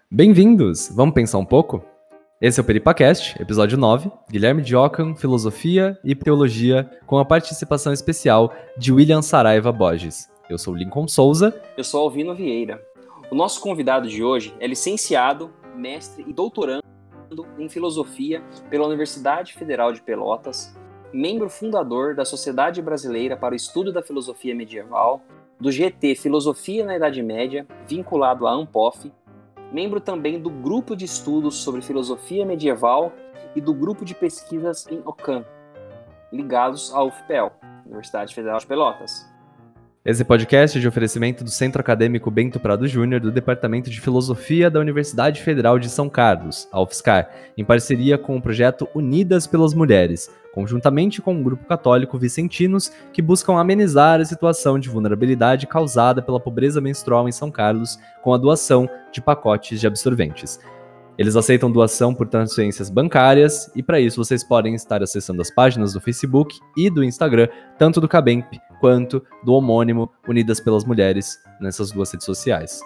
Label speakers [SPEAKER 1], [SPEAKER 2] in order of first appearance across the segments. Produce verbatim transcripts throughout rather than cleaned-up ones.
[SPEAKER 1] Bem-vindos! Vamos pensar um pouco? Esse é o PeripaCast, episódio nove, Guilherme de Ockham, Filosofia e Teologia, com a participação especial de William Saraiva Borges. Eu sou Lincoln Souza.
[SPEAKER 2] Eu sou Alvino Vieira. O nosso convidado de hoje é licenciado, mestre e doutorando em Filosofia pela Universidade Federal de Pelotas, membro fundador da Sociedade Brasileira para o Estudo da Filosofia Medieval, do G T Filosofia na Idade Média, vinculado à ANPOF, membro também do Grupo de Estudos sobre Filosofia Medieval e do Grupo de Pesquisas em Ockham, ligados à U F P E L, Universidade Federal de Pelotas.
[SPEAKER 1] Esse podcast é de oferecimento do Centro Acadêmico Bento Prado Júnior do Departamento de Filosofia da Universidade Federal de São Carlos, a UFSCar, em parceria com o projeto Unidas pelas Mulheres, conjuntamente com o Grupo Católico Vicentinos, que buscam amenizar a situação de vulnerabilidade causada pela pobreza menstrual em São Carlos com a doação de pacotes de absorventes. Eles aceitam doação por transferências bancárias e, para isso, vocês podem estar acessando as páginas do Facebook e do Instagram, tanto do Cabemp quanto do homônimo Unidas pelas Mulheres, nessas duas redes sociais.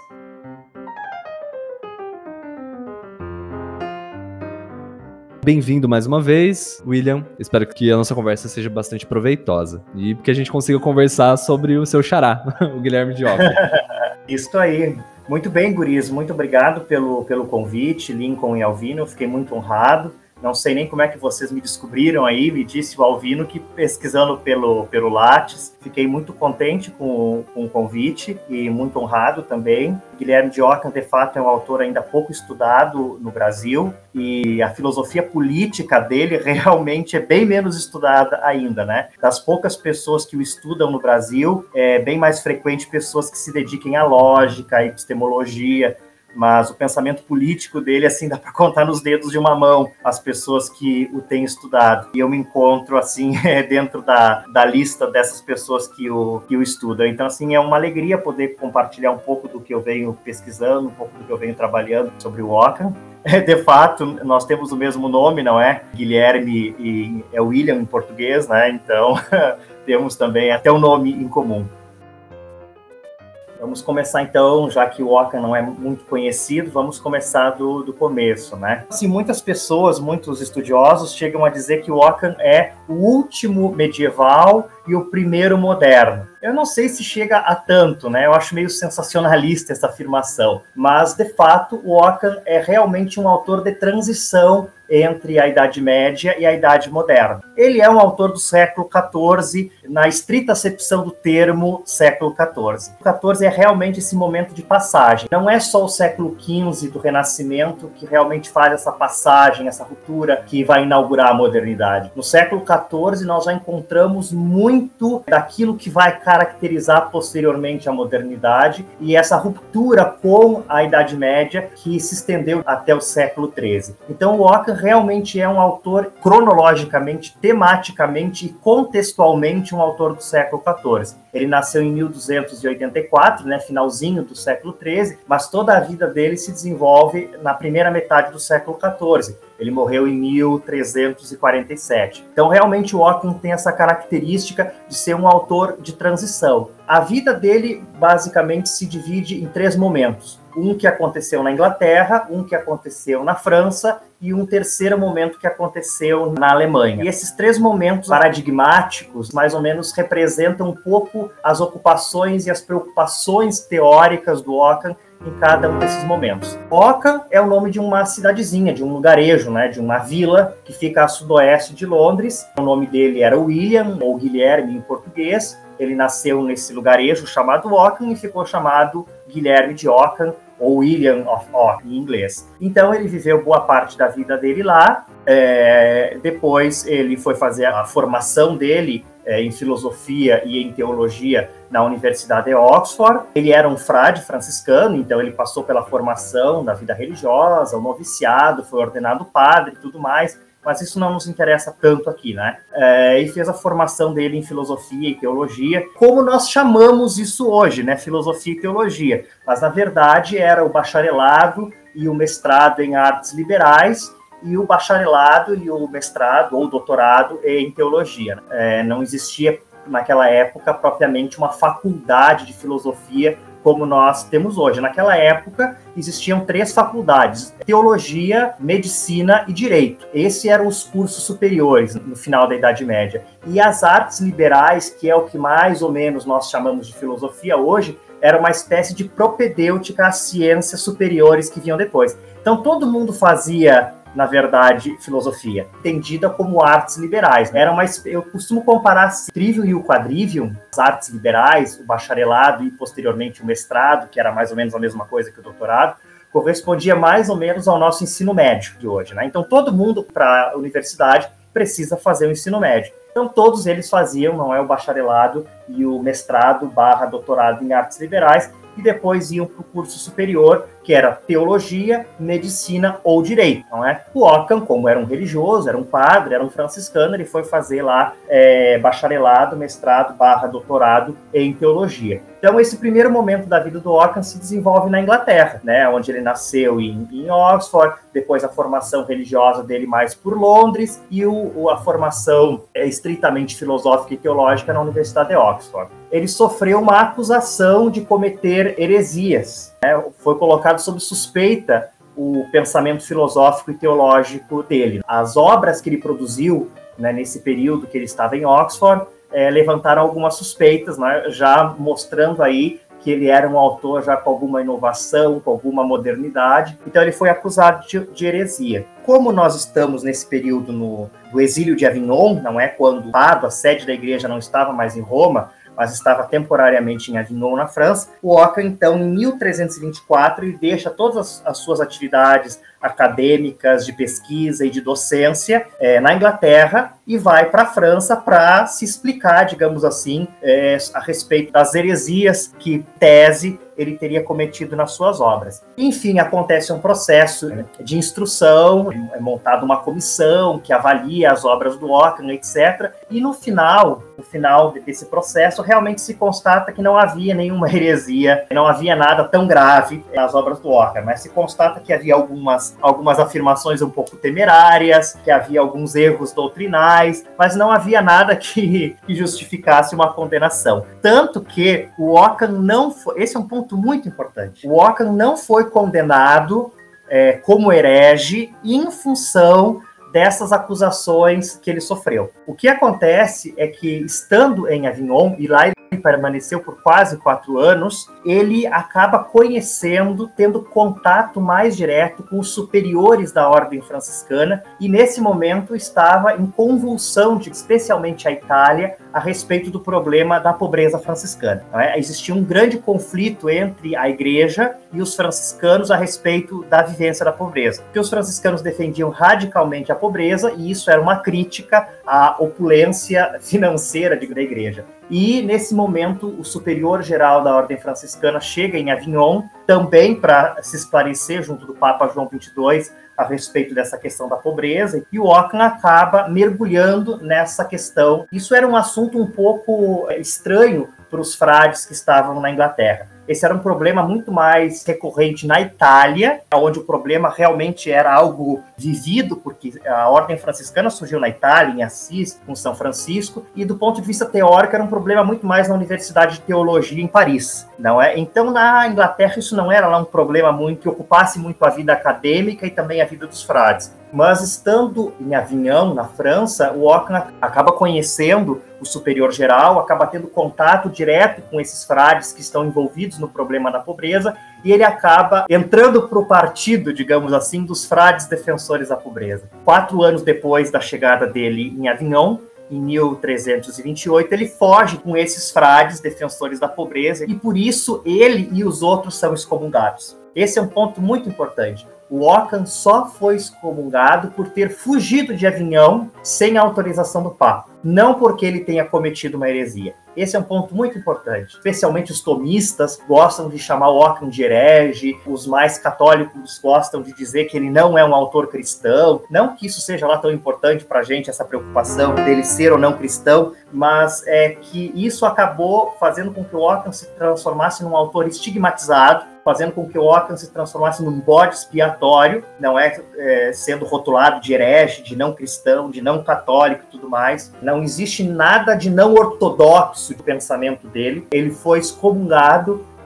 [SPEAKER 1] Bem-vindo mais uma vez, William. Espero que a nossa conversa seja bastante proveitosa e que a gente consiga conversar sobre o seu xará, o Guilherme de Ockham.
[SPEAKER 3] Isso aí. Muito bem, guris. Muito obrigado pelo, pelo convite, Lincoln e Alvino. Eu fiquei muito honrado. Não sei nem como é que vocês me descobriram aí, me disse o Alvino que pesquisando pelo, pelo Lattes, fiquei muito contente com, com o convite e muito honrado também. Guilherme de Ockham, de fato, é um autor ainda pouco estudado no Brasil e a filosofia política dele realmente é bem menos estudada ainda, né? Das poucas pessoas que o estudam no Brasil, é bem mais frequente pessoas que se dediquem à lógica, à epistemologia, mas o pensamento político dele, assim, dá para contar nos dedos de uma mão as pessoas que o têm estudado. E eu me encontro, assim, dentro da, da lista dessas pessoas que o, que o estudam. Então, assim, é uma alegria poder compartilhar um pouco do que eu venho pesquisando, um pouco do que eu venho trabalhando sobre o Ockham. De fato, nós temos o mesmo nome, não é? Guilherme e é William em português, né? Então, temos também até um nome em comum. Vamos começar então, já que o Ockham não é muito conhecido, vamos começar do, do começo, né? Assim, muitas pessoas, muitos estudiosos chegam a dizer que o Ockham é o último medieval e o primeiro moderno. Eu não sei se chega a tanto, né? Eu acho meio sensacionalista essa afirmação, mas de fato o Ockham é realmente um autor de transição entre a Idade Média e a Idade Moderna. Ele é um autor do século quatorze, na estrita acepção do termo século quatorze. O quatorze é realmente esse momento de passagem. Não é só o século quinze do Renascimento que realmente faz essa passagem, essa ruptura que vai inaugurar a modernidade. No século quatorze nós já encontramos muito daquilo que vai caracterizar posteriormente a modernidade e essa ruptura com a Idade Média que se estendeu até o século treze. Então o Ockham realmente é um autor cronologicamente, tematicamente e contextualmente um autor do século quatorze. Ele nasceu em mil duzentos e oitenta e quatro, né, finalzinho do século treze, mas toda a vida dele se desenvolve na primeira metade do século quatorze. Ele morreu em mil trezentos e quarenta e sete. Então, realmente, o Ockham tem essa característica de ser um autor de transição. A vida dele, basicamente, se divide em três momentos. Um que aconteceu na Inglaterra, um que aconteceu na França e um terceiro momento que aconteceu na Alemanha. E esses três momentos paradigmáticos, mais ou menos, representam um pouco as ocupações e as preocupações teóricas do Ockham em cada um desses momentos. Ockham é o nome de uma cidadezinha, de um lugarejo, né, de uma vila que fica a sudoeste de Londres. O nome dele era William, ou Guilherme em português. Ele nasceu nesse lugarejo chamado Ockham e ficou chamado Guilherme de Ockham, ou William of Ockham em inglês. Então ele viveu boa parte da vida dele lá. É, depois ele foi fazer a formação dele é, em filosofia e em teologia na Universidade de Oxford. Ele era um frade franciscano, então ele passou pela formação da vida religiosa, o noviciado, foi ordenado padre e tudo mais. Mas isso não nos interessa tanto aqui, né? É, e fez a formação dele em filosofia e teologia, como nós chamamos isso hoje, né? Filosofia e teologia. Mas, na verdade, era o bacharelado e o mestrado em artes liberais e o bacharelado e o mestrado ou doutorado em teologia. É, não existia naquela época, propriamente uma faculdade de filosofia como nós temos hoje. Naquela época, existiam três faculdades: teologia, medicina e direito. Esses eram os cursos superiores no final da Idade Média. E as artes liberais, que é o que mais ou menos nós chamamos de filosofia hoje, era uma espécie de propedêutica às ciências superiores que vinham depois. Então, todo mundo fazia, na verdade, filosofia, entendida como artes liberais. Era uma, eu costumo comparar o trivium e o quadrivium, as artes liberais, o bacharelado e, posteriormente, o mestrado, que era mais ou menos a mesma coisa que o doutorado, correspondia mais ou menos ao nosso ensino médio de hoje, né? Então, todo mundo para a universidade precisa fazer o ensino médio. Então, todos eles faziam, não é, o bacharelado e o mestrado barra doutorado em artes liberais, e depois iam para o curso superior, que era teologia, medicina ou direito, não é? O Ockham, como era um religioso, era um padre, era um franciscano, ele foi fazer lá é, bacharelado, mestrado barra doutorado em teologia. Então, esse primeiro momento da vida do Ockham se desenvolve na Inglaterra, né, onde ele nasceu em, em Oxford, depois a formação religiosa dele mais por Londres, e o, a formação é, estritamente filosófica e teológica na Universidade de Oxford. Ele sofreu uma acusação de cometer heresias, né? Foi colocado sob suspeita o pensamento filosófico e teológico dele. As obras que ele produziu, né, nesse período que ele estava em Oxford, é, levantaram algumas suspeitas, né, já mostrando aí que ele era um autor já com alguma inovação, com alguma modernidade. Então ele foi acusado de, de heresia. Como nós estamos nesse período no, do exílio de Avignon, não é, quando a sede da igreja não estava mais em Roma, mas estava temporariamente em Avignon, na França, o Ockham, então, em mil trezentos e vinte e quatro, ele deixa todas as, as suas atividades acadêmicas, de pesquisa e de docência é, na Inglaterra e vai para a França para se explicar, digamos assim, é, a respeito das heresias que, tese, ele teria cometido nas suas obras. Enfim, acontece um processo de instrução, é montada uma comissão que avalia as obras do Ockham, etcétera. E no final, no final desse processo, realmente se constata que não havia nenhuma heresia, não havia nada tão grave nas obras do Ockham, mas se constata que havia algumas, algumas afirmações um pouco temerárias, que havia alguns erros doutrinais, mas não havia nada que, que justificasse uma condenação. Tanto que o Ockham não foi... Esse é um ponto muito importante. O Ockham não foi condenado é, como herege em função dessas acusações que ele sofreu. O que acontece é que, estando em Avignon, e lá ele permaneceu por quase quatro anos, ele acaba conhecendo, tendo contato mais direto com os superiores da ordem franciscana, e nesse momento estava em convulsão, de, especialmente a Itália, a respeito do problema da pobreza franciscana. Não é? Existia um grande conflito entre a igreja e os franciscanos a respeito da vivência da pobreza, porque os franciscanos defendiam radicalmente a pobreza, e isso era uma crítica à opulência financeira da igreja. E, nesse momento, o superior geral da ordem franciscana chega em Avignon, também para se esclarecer, junto do Papa João vinte e dois, a respeito dessa questão da pobreza, e o Ockham acaba mergulhando nessa questão. Isso era um assunto um pouco estranho para os frades que estavam na Inglaterra. Esse era um problema muito mais recorrente na Itália, onde o problema realmente era algo vivido, porque a ordem franciscana surgiu na Itália, em Assis, com São Francisco, e do ponto de vista teórico era um problema muito mais na Universidade de Teologia em Paris, não é? Então, na Inglaterra, isso não era lá um problema muito que ocupasse muito a vida acadêmica e também a vida dos frades. Mas, estando em Avignon, na França, o Ockham acaba conhecendo o superior geral, acaba tendo contato direto com esses frades que estão envolvidos no problema da pobreza, e ele acaba entrando para o partido, digamos assim, dos frades defensores da pobreza. Quatro anos depois da chegada dele em Avignon, em mil trezentos e vinte e oito, ele foge com esses frades defensores da pobreza, e por isso ele e os outros são excomungados. Esse é um ponto muito importante. O Ockham só foi excomungado por ter fugido de Avignon sem a autorização do Papa, não porque ele tenha cometido uma heresia. Esse é um ponto muito importante. Especialmente os tomistas gostam de chamar o Ockham de herege, os mais católicos gostam de dizer que ele não é um autor cristão. Não que isso seja lá tão importante para a gente, essa preocupação dele ser ou não cristão, mas é que isso acabou fazendo com que o Ockham se transformasse num autor estigmatizado, fazendo com que o Ockham se transformasse num bode expiatório, não é, é sendo rotulado de herege, de não cristão, de não católico e tudo mais. Não existe nada de não ortodoxo de pensamento dele. Ele foi excomungado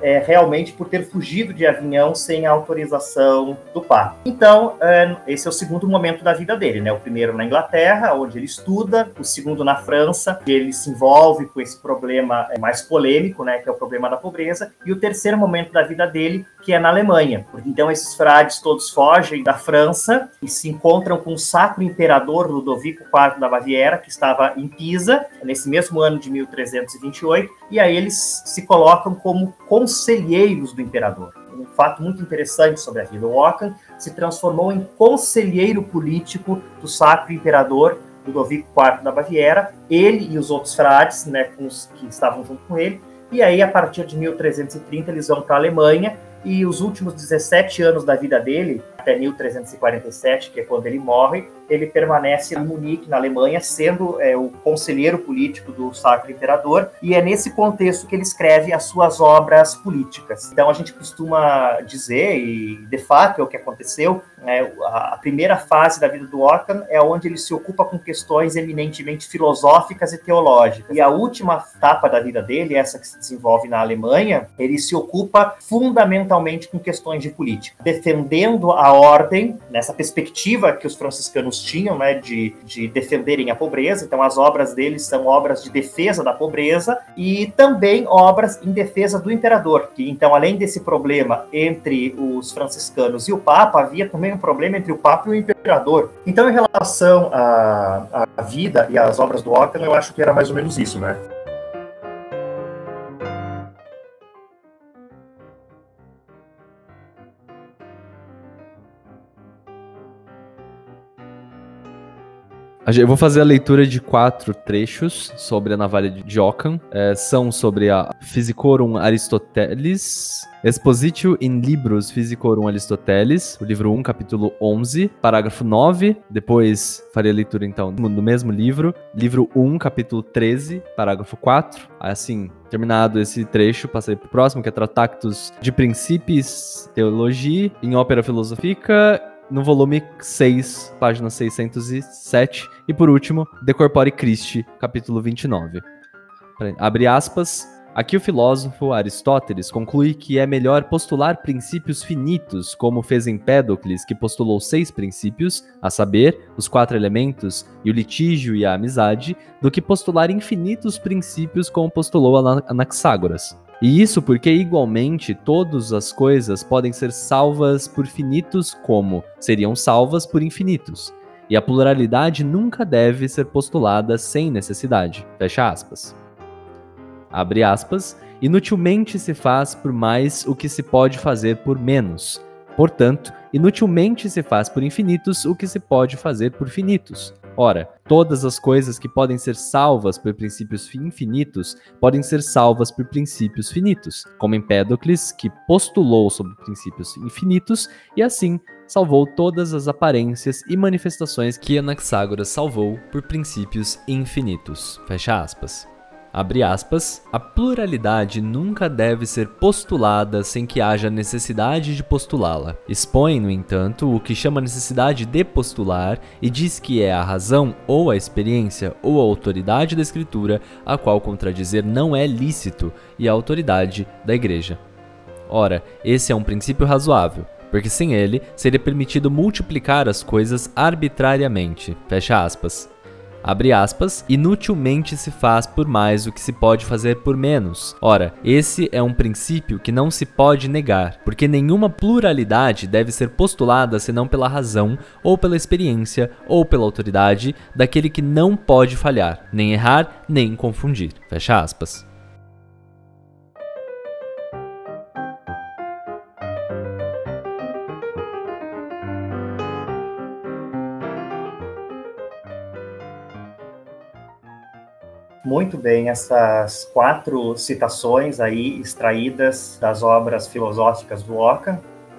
[SPEAKER 3] é, realmente por ter fugido de Avignon sem a autorização do Papa. Então, é, esse é o segundo momento da vida dele, né? O primeiro na Inglaterra, onde ele estuda, o segundo na França, onde ele se envolve com esse problema mais polêmico, né? Que é o problema da pobreza, e o terceiro momento da vida dele, que é na Alemanha. Então, esses frades todos fogem da França e se encontram com o Sacro Imperador Ludovico quarto da Baviera, que estava em Pisa, nesse mesmo ano de mil trezentos e vinte e oito, e aí eles se colocam como conselheiros do imperador. Um fato muito interessante sobre a vida. O Ockham se transformou em conselheiro político do Sacro Imperador Ludovico quarto da Baviera, ele e os outros frades, né, os que estavam junto com ele, e aí a partir de mil trezentos e trinta eles vão para a Alemanha, e os últimos dezessete anos da vida dele, até mil trezentos e quarenta e sete, que é quando ele morre, ele permanece em Munique, na Alemanha, sendo é, o conselheiro político do Sacro Imperador, e é nesse contexto que ele escreve as suas obras políticas. Então a gente costuma dizer, e de fato é o que aconteceu, né, a primeira fase da vida do Ockham é onde ele se ocupa com questões eminentemente filosóficas e teológicas, e a última etapa da vida dele, essa que se desenvolve na Alemanha, ele se ocupa fundamentalmente com questões de política, defendendo a ordem, nessa perspectiva que os franciscanos tinham, né, de, de defenderem a pobreza. Então as obras deles são obras de defesa da pobreza e também obras em defesa do imperador. E, então, além desse problema entre os franciscanos e o Papa, havia também um problema entre o Papa e o imperador. Então, em relação à, à vida e às obras do Ockham, eu acho que era mais ou menos isso, né?
[SPEAKER 1] Eu vou fazer a leitura de quatro trechos sobre a navalha de Ockham. É, são sobre a Physicorum Aristotelis, Expositio in Libros Physicorum Aristotelis, o livro um, capítulo onze, parágrafo nove. Depois farei a leitura, então, do mesmo livro. Livro um, capítulo treze, parágrafo quatro. Assim, terminado esse trecho, passei para o próximo, que é Tractatus de Principiis Theologiae, in Opera Philosophica, no volume seis, página seiscentos e sete. E por último, De Corpore Christi, capítulo vinte e nove. Abre aspas. Aqui o filósofo Aristóteles conclui que é melhor postular princípios finitos, como fez Empédocles, que postulou seis princípios, a saber, os quatro elementos e o litígio e a amizade, do que postular infinitos princípios, como postulou Anaxágoras. E isso porque, igualmente, todas as coisas podem ser salvas por finitos como seriam salvas por infinitos. E a pluralidade nunca deve ser postulada sem necessidade. Fecha aspas. Abre aspas. Inutilmente se faz por mais o que se pode fazer por menos. Portanto, inutilmente se faz por infinitos o que se pode fazer por finitos. Ora, todas as coisas que podem ser salvas por princípios infinitos podem ser salvas por princípios finitos, como Empédocles, que postulou sobre princípios infinitos e assim salvou todas as aparências e manifestações que Anaxágoras salvou por princípios infinitos. Fecha aspas. Abre aspas, a pluralidade nunca deve ser postulada sem que haja necessidade de postulá-la. Expõe, no entanto, o que chama necessidade de postular e diz que é a razão ou a experiência ou a autoridade da escritura a qual contradizer não é lícito e a autoridade da igreja. Ora, esse é um princípio razoável, porque sem ele seria permitido multiplicar as coisas arbitrariamente. Fecha aspas. Abre aspas, inutilmente se faz por mais o que se pode fazer por menos. Ora, esse é um princípio que não se pode negar, porque nenhuma pluralidade deve ser postulada senão pela razão, ou pela experiência, ou pela autoridade daquele que não pode falhar, nem errar, nem confundir. Fecha aspas.
[SPEAKER 3] Muito bem, essas quatro citações aí extraídas das obras filosóficas do Ockham.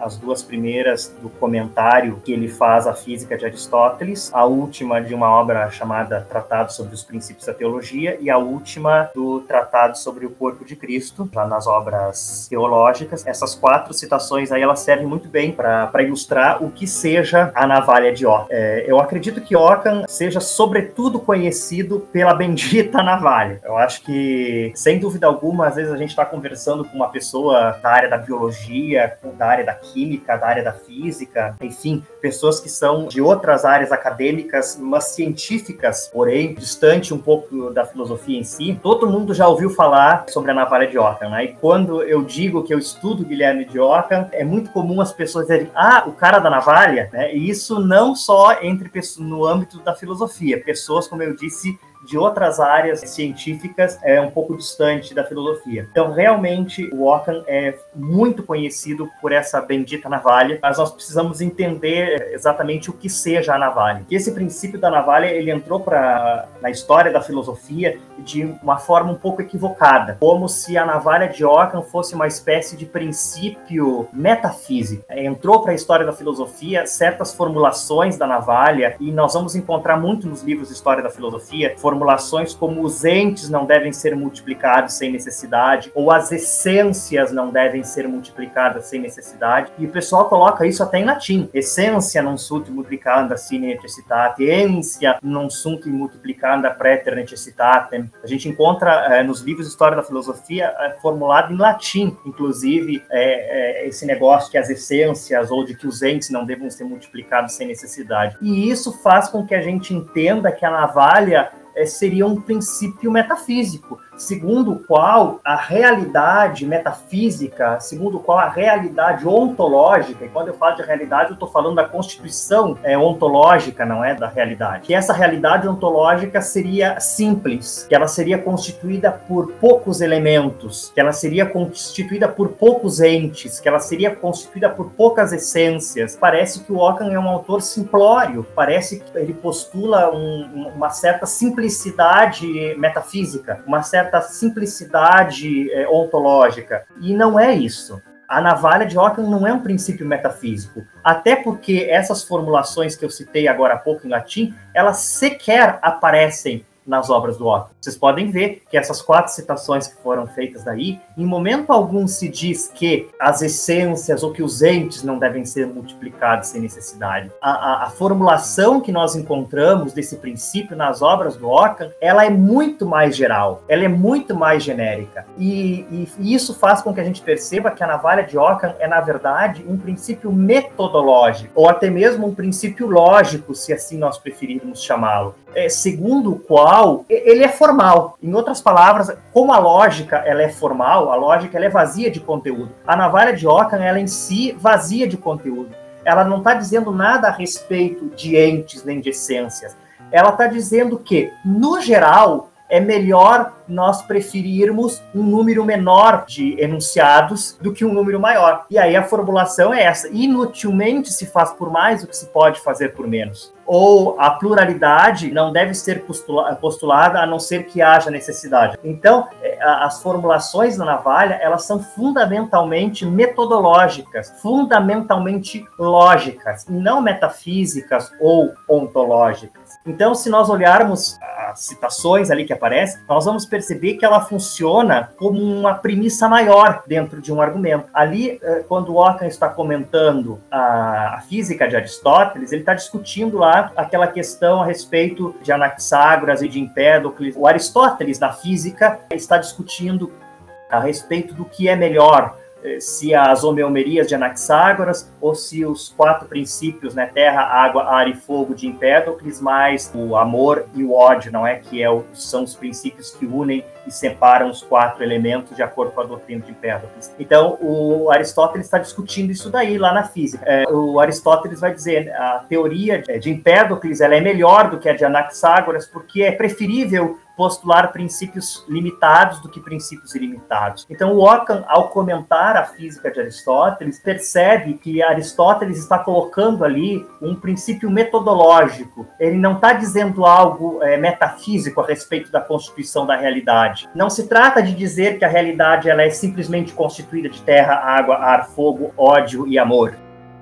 [SPEAKER 3] as duas primeiras do comentário que ele faz à Física de Aristóteles, a última de uma obra chamada Tratado sobre os Princípios da Teologia e a última do Tratado sobre o Corpo de Cristo, já nas obras teológicas. Essas quatro citações aí, elas servem muito bem para ilustrar o que seja a navalha de Ockham. É, eu acredito que Ockham seja sobretudo conhecido pela bendita navalha. Eu acho que, sem dúvida alguma, às vezes a gente está conversando com uma pessoa da área da biologia, da área da química, da área da física, enfim, pessoas que são de outras áreas acadêmicas, mas científicas, porém, distante um pouco da filosofia em si. Todo mundo já ouviu falar sobre a navalha de Ockham, né? E quando eu digo que eu estudo Guilherme de Ockham, é muito comum as pessoas dizerem, ah, o cara da navalha, né? E isso não só entre pessoas, no âmbito da filosofia, pessoas, como eu disse, de outras áreas científicas, é um pouco distante da filosofia. Então, realmente, o Ockham é muito conhecido por essa bendita navalha, mas nós precisamos entender exatamente o que seja a navalha. E esse princípio da navalha, ele entrou pra, na história da filosofia de uma forma um pouco equivocada, como se a navalha de Ockham fosse uma espécie de princípio metafísico. Entrou para a história da filosofia certas formulações da navalha, e nós vamos encontrar muito nos livros de história da filosofia, formulações como os entes não devem ser multiplicados sem necessidade, ou as essências não devem ser multiplicadas sem necessidade, e o pessoal coloca isso até em latim. Essência non sunt multiplicanda sine necessitate, ensia non sunt multiplicanda praeter necessitatem. A gente encontra é, nos livros de história da filosofia é, formulado em latim, inclusive, é, é, esse negócio que as essências ou de que os entes não devem ser multiplicados sem necessidade. E isso faz com que a gente entenda que a navalha é, seria um princípio metafísico, segundo o qual a realidade metafísica, segundo o qual a realidade ontológica, e quando eu falo de realidade, eu estou falando da constituição é, ontológica, não é da realidade, que essa realidade ontológica seria simples, que ela seria constituída por poucos elementos, que ela seria constituída por poucos entes, que ela seria constituída por poucas essências. Parece que o Ockham é um autor simplório, parece que ele postula um, uma certa simplicidade metafísica, uma certa simplicidade é, ontológica, e não é isso. A navalha de Ockham não é um princípio metafísico, até porque essas formulações que eu citei agora há pouco em latim, elas sequer aparecem nas obras do Ockham. Vocês podem ver que essas quatro citações que foram feitas daí, em momento algum se diz que as essências ou que os entes não devem ser multiplicados sem necessidade. A, a, a formulação que nós encontramos desse princípio nas obras do Ockham, ela é muito mais geral, ela é muito mais genérica. E, e, e isso faz com que a gente perceba que a navalha de Ockham é, na verdade, um princípio metodológico, ou até mesmo um princípio lógico, se assim nós preferirmos chamá-lo, é, segundo o qual ele é formal. Em outras palavras, como a lógica ela é formal, a lógica ela é vazia de conteúdo. A navalha de Ockham, ela em si, vazia de conteúdo. Ela não está dizendo nada a respeito de entes nem de essências. Ela está dizendo que, no geral, é melhor nós preferirmos um número menor de enunciados do que um número maior. E aí a formulação é essa: inutilmente se faz por mais o que se pode fazer por menos. Ou a pluralidade não deve ser postula- postulada a não ser que haja necessidade. Então, as formulações da navalha, elas são fundamentalmente metodológicas, fundamentalmente lógicas, e não metafísicas ou ontológicas. Então, se nós olharmos as citações ali que aparecem, nós vamos perceber que ela funciona como uma premissa maior dentro de um argumento. Ali, quando Ockham está comentando a, a física de Aristóteles, ele está discutindo lá aquela questão a respeito de Anaxágoras e de Empédocles. O Aristóteles, na física, está discutindo a respeito do que é melhor, se as homeomerias de Anaxágoras ou se os quatro princípios, né, terra, água, ar e fogo de Empédocles, mais o amor e o ódio, não é? Que é o, são os princípios que unem e separam os quatro elementos de acordo com a doutrina de Empédocles. Então, o Aristóteles está discutindo isso daí lá na física. É, o Aristóteles vai dizer a teoria de Empédocles ela é melhor do que a de Anaxágoras porque é preferível postular princípios limitados do que princípios ilimitados. Então, o Ockham, ao comentar a física de Aristóteles, percebe que Aristóteles está colocando ali um princípio metodológico. Ele não está dizendo algo é, metafísico a respeito da constituição da realidade. Não se trata de dizer que a realidade ela é simplesmente constituída de terra, água, ar, fogo, ódio e amor.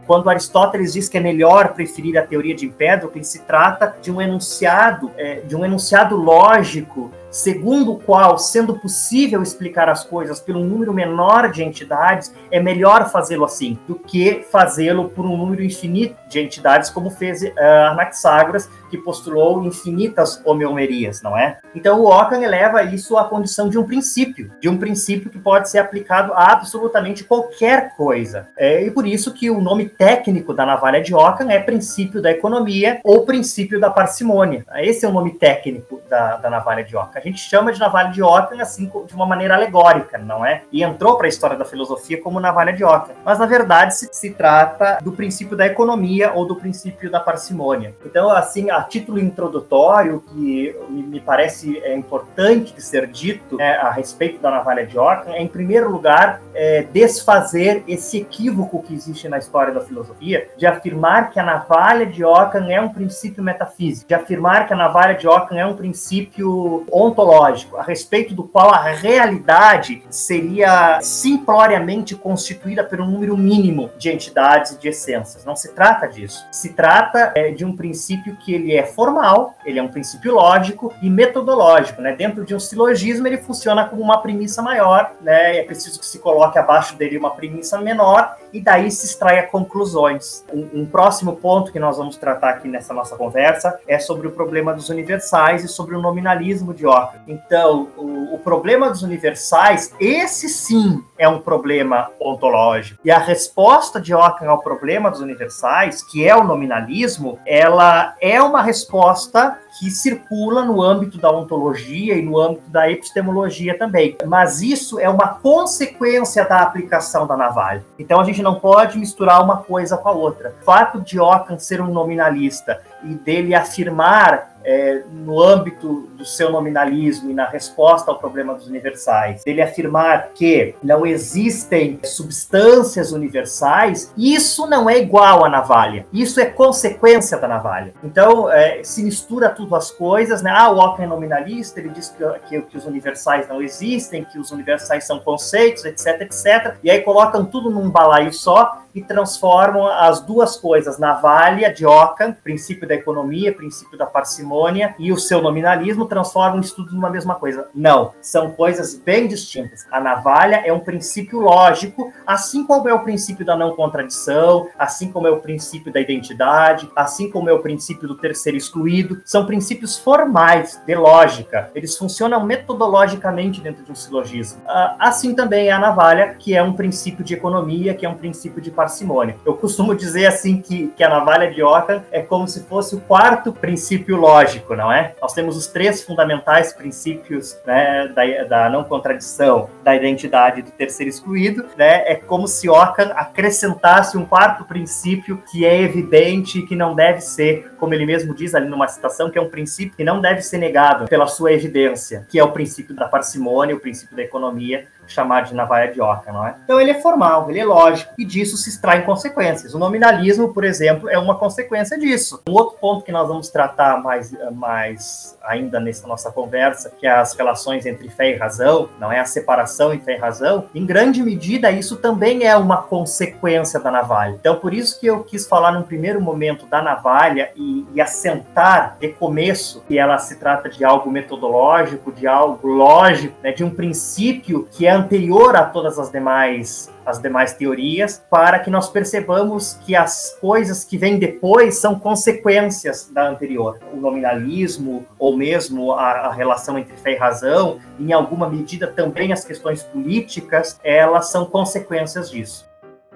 [SPEAKER 3] Quando Aristóteles diz que é melhor preferir a teoria de Empédocles, se trata de um enunciado, é, de um enunciado lógico, segundo o qual, sendo possível explicar as coisas pelo um número menor de entidades, é melhor fazê-lo assim, do que fazê-lo por um número infinito de entidades, como fez uh, Anaxágoras, que postulou infinitas homeomerias, não é? Então o Ockham eleva isso à condição de um princípio, de um princípio que pode ser aplicado a absolutamente qualquer coisa. É, e por isso que o nome técnico da navalha de Ockham é princípio da economia ou princípio da parcimônia. Esse é o nome técnico da, da navalha de Ockham. A gente chama de navalha de Ockham assim, de uma maneira alegórica, não é? E entrou para a história da filosofia como navalha de Ockham. Mas, na verdade, se, se trata do princípio da economia ou do princípio da parcimônia. Então, assim, a título introdutório, que me parece é importante de ser dito é, a respeito da navalha de Ockham, é, em primeiro lugar, é, desfazer esse equívoco que existe na história da filosofia, de afirmar que a navalha de Ockham é um princípio metafísico, de afirmar que a navalha de Ockham é um princípio ontológico, a respeito do qual a realidade seria simploriamente constituída por um número mínimo de entidades e de essências. Não se trata disso. Se trata é, de um princípio que ele é formal, ele é um princípio lógico e metodológico, né? Dentro de um silogismo ele funciona como uma premissa maior, né? É preciso que se coloque abaixo dele uma premissa menor e daí se extraia conclusões. Um, um próximo ponto que nós vamos tratar aqui nessa nossa conversa é sobre o problema dos universais e sobre o nominalismo de Ockham. Então, o, o problema dos universais, esse sim é um problema ontológico. E a resposta de Ockham ao problema dos universais, que é o nominalismo, ela é uma resposta que circula no âmbito da ontologia e no âmbito da epistemologia também. Mas isso é uma consequência da aplicação da navalha. Então a gente não pode misturar uma coisa com a outra. O fato de Ockham ser um nominalista e dele afirmar É, no âmbito do seu nominalismo e na resposta ao problema dos universais, dele afirmar que não existem substâncias universais, isso não é igual à navalha, isso é consequência da navalha. Então, é, se mistura tudo as coisas, né? Ah, o Ockham é nominalista, ele diz que, que, que os universais não existem, que os universais são conceitos, etc, etcétera. E aí colocam tudo num balaio só e transformam as duas coisas, navalha de Ockham, princípio da economia, princípio da parcimônia, e o seu nominalismo transformam isso tudo numa mesma coisa. Não, são coisas bem distintas. A navalha é um princípio lógico, assim como é o princípio da não contradição, assim como é o princípio da identidade, assim como é o princípio do terceiro excluído. São princípios formais, de lógica. Eles funcionam metodologicamente dentro de um silogismo. Assim também é a navalha, que é um princípio de economia, que é um princípio de parcimônia. Eu costumo dizer assim que, que a navalha de Ockham é como se fosse o quarto princípio lógico, não é? Nós temos os três fundamentais princípios, né, da, da não contradição, da identidade e do terceiro excluído, né? É como se Ockham acrescentasse um quarto princípio que é evidente e que não deve ser, como ele mesmo diz ali numa citação, que é um princípio que não deve ser negado pela sua evidência, que é o princípio da parcimônia, o princípio da economia, chamado de navalha de Ockham, não é? Então ele é formal, ele é lógico, e disso se extraem consequências. O nominalismo, por exemplo, é uma consequência disso. Um outro ponto que nós vamos tratar mais, mais ainda nessa nossa conversa, que é as relações entre fé e razão, não é? A separação entre fé e razão, em grande medida isso também é uma consequência da navalha. Então por isso que eu quis falar num primeiro momento da navalha e, e assentar de começo que ela se trata de algo metodológico, de algo lógico, né? De um princípio que é anterior a todas as demais, as demais teorias, para que nós percebamos que as coisas que vêm depois são consequências da anterior. O nominalismo, ou mesmo a, a relação entre fé e razão, em alguma medida também as questões políticas, elas são consequências disso.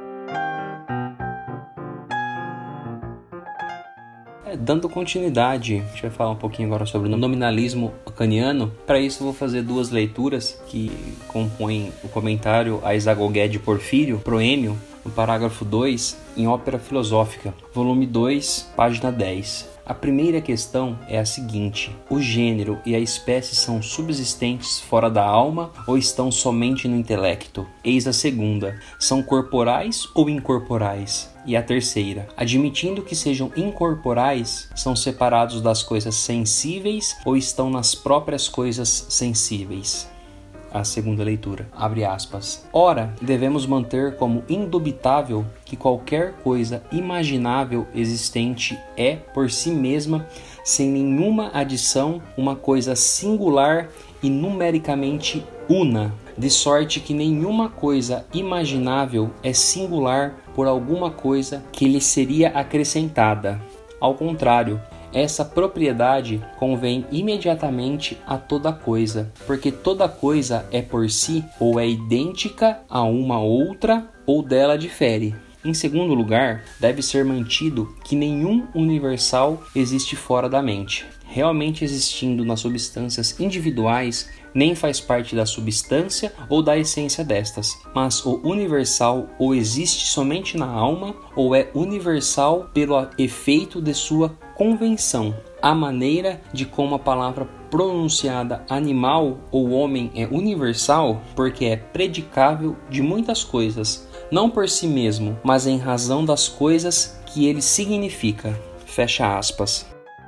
[SPEAKER 2] É, dando continuidade, a gente vai falar um pouquinho agora sobre o nominalismo ockhamiano. Para isso, eu vou fazer duas leituras que compõem o comentário a Isagogé de Porfírio, Proêmio, no parágrafo dois, em Ópera Filosófica, volume dois, página dez. A primeira questão é a seguinte: o gênero e a espécie são subsistentes fora da alma ou estão somente no intelecto? Eis a segunda: são corporais ou incorporais? E a terceira: admitindo que sejam incorporais, são separados das coisas sensíveis ou estão nas próprias coisas sensíveis? a segunda leitura, abre aspas. Ora, devemos manter como indubitável que qualquer coisa imaginável existente é, por si mesma, sem nenhuma adição, uma coisa singular e numericamente una, de sorte que nenhuma coisa imaginável é singular por alguma coisa que lhe seria acrescentada. Ao contrário, essa propriedade convém imediatamente a toda coisa, porque toda coisa é por si ou é idêntica a uma outra ou dela difere. Em segundo lugar, deve ser mantido que nenhum universal existe fora da mente. Realmente existindo nas substâncias individuais, nem faz parte da substância ou da essência destas, mas o universal ou existe somente na alma ou é universal pelo efeito de sua convenção. A maneira de como a palavra pronunciada animal ou homem é universal, porque é predicável de muitas coisas, não por si mesmo, mas em razão das coisas que ele significa. Fecha aspas.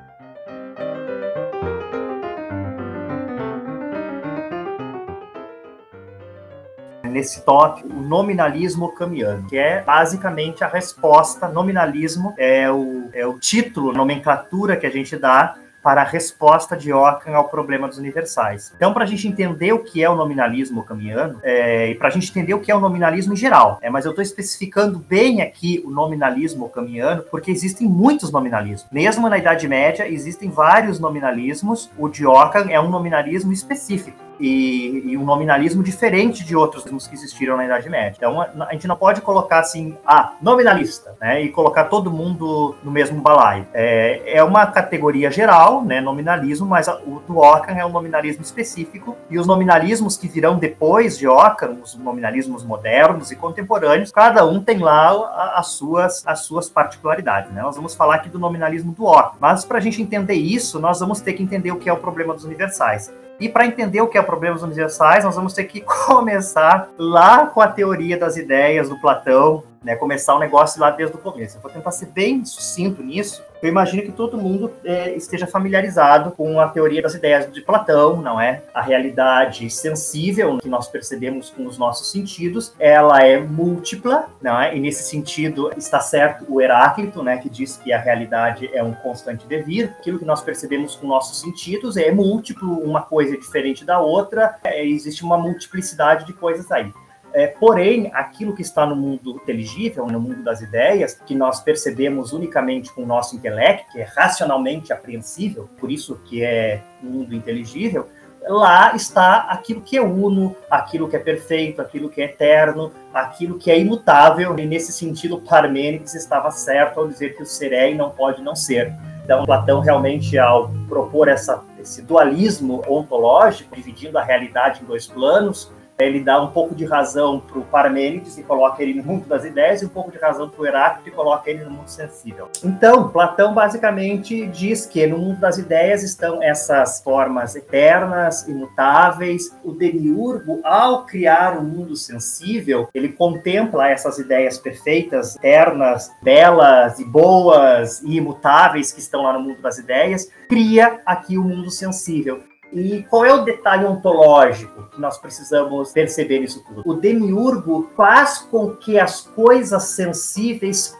[SPEAKER 3] Nesse tópico, o nominalismo kamiano, que é basicamente a resposta. Nominalismo é o, é o título, a nomenclatura que a gente dá para a resposta de Ockham ao problema dos universais. Então, para a gente entender o que é o nominalismo kamiano, é, e para a gente entender o que é o nominalismo em geral, é, mas eu estou especificando bem aqui o nominalismo kamiano, porque existem muitos nominalismos. Mesmo na Idade Média, existem vários nominalismos. O de Ockham é um nominalismo específico. E, e um nominalismo diferente de outros que existiram na Idade Média. Então, a, a gente não pode colocar assim, ah, nominalista, né, e colocar todo mundo no mesmo balaio. É, é uma categoria geral, né, nominalismo, mas a, o do Ockham é um nominalismo específico, e os nominalismos que virão depois de Ockham, os nominalismos modernos e contemporâneos, cada um tem lá a, as, suas, as suas particularidades, né? Nós vamos falar aqui do nominalismo do Ockham, mas para a gente entender isso, nós vamos ter que entender o que é o problema dos universais. E para entender o que é o problema dos universais, nós vamos ter que começar lá com a teoria das ideias do Platão, né, começar o negócio lá desde o começo. Eu vou tentar ser bem sucinto nisso. Eu imagino que todo mundo é, esteja familiarizado com a teoria das ideias de Platão, não é? A realidade sensível que nós percebemos com os nossos sentidos, ela é múltipla, não é? E nesse sentido está certo o Heráclito, né, que diz que a realidade é um constante devir. Aquilo que nós percebemos com nossos sentidos é múltiplo, uma coisa é diferente da outra, é, existe uma multiplicidade de coisas aí. É, porém, aquilo que está no mundo inteligível, no mundo das ideias, que nós percebemos unicamente com o nosso intelecto, que é racionalmente apreensível, por isso que é mundo inteligível, lá está aquilo que é uno, aquilo que é perfeito, aquilo que é eterno, aquilo que é imutável, e nesse sentido Parmênides estava certo ao dizer que o ser é e não pode não ser. Então, Platão realmente, ao propor essa, esse dualismo ontológico, dividindo a realidade em dois planos, ele dá um pouco de razão para o Parmênides e coloca ele no mundo das ideias, e um pouco de razão para o Heráclito e coloca ele no mundo sensível. Então, Platão basicamente diz que no mundo das ideias estão essas formas eternas, imutáveis. O Demiurgo, ao criar o mundo sensível, ele contempla essas ideias perfeitas, eternas, belas e boas e imutáveis que estão lá no mundo das ideias, cria aqui o mundo sensível. E qual é o detalhe ontológico que nós precisamos perceber nisso tudo? O Demiurgo faz com que as coisas sensíveis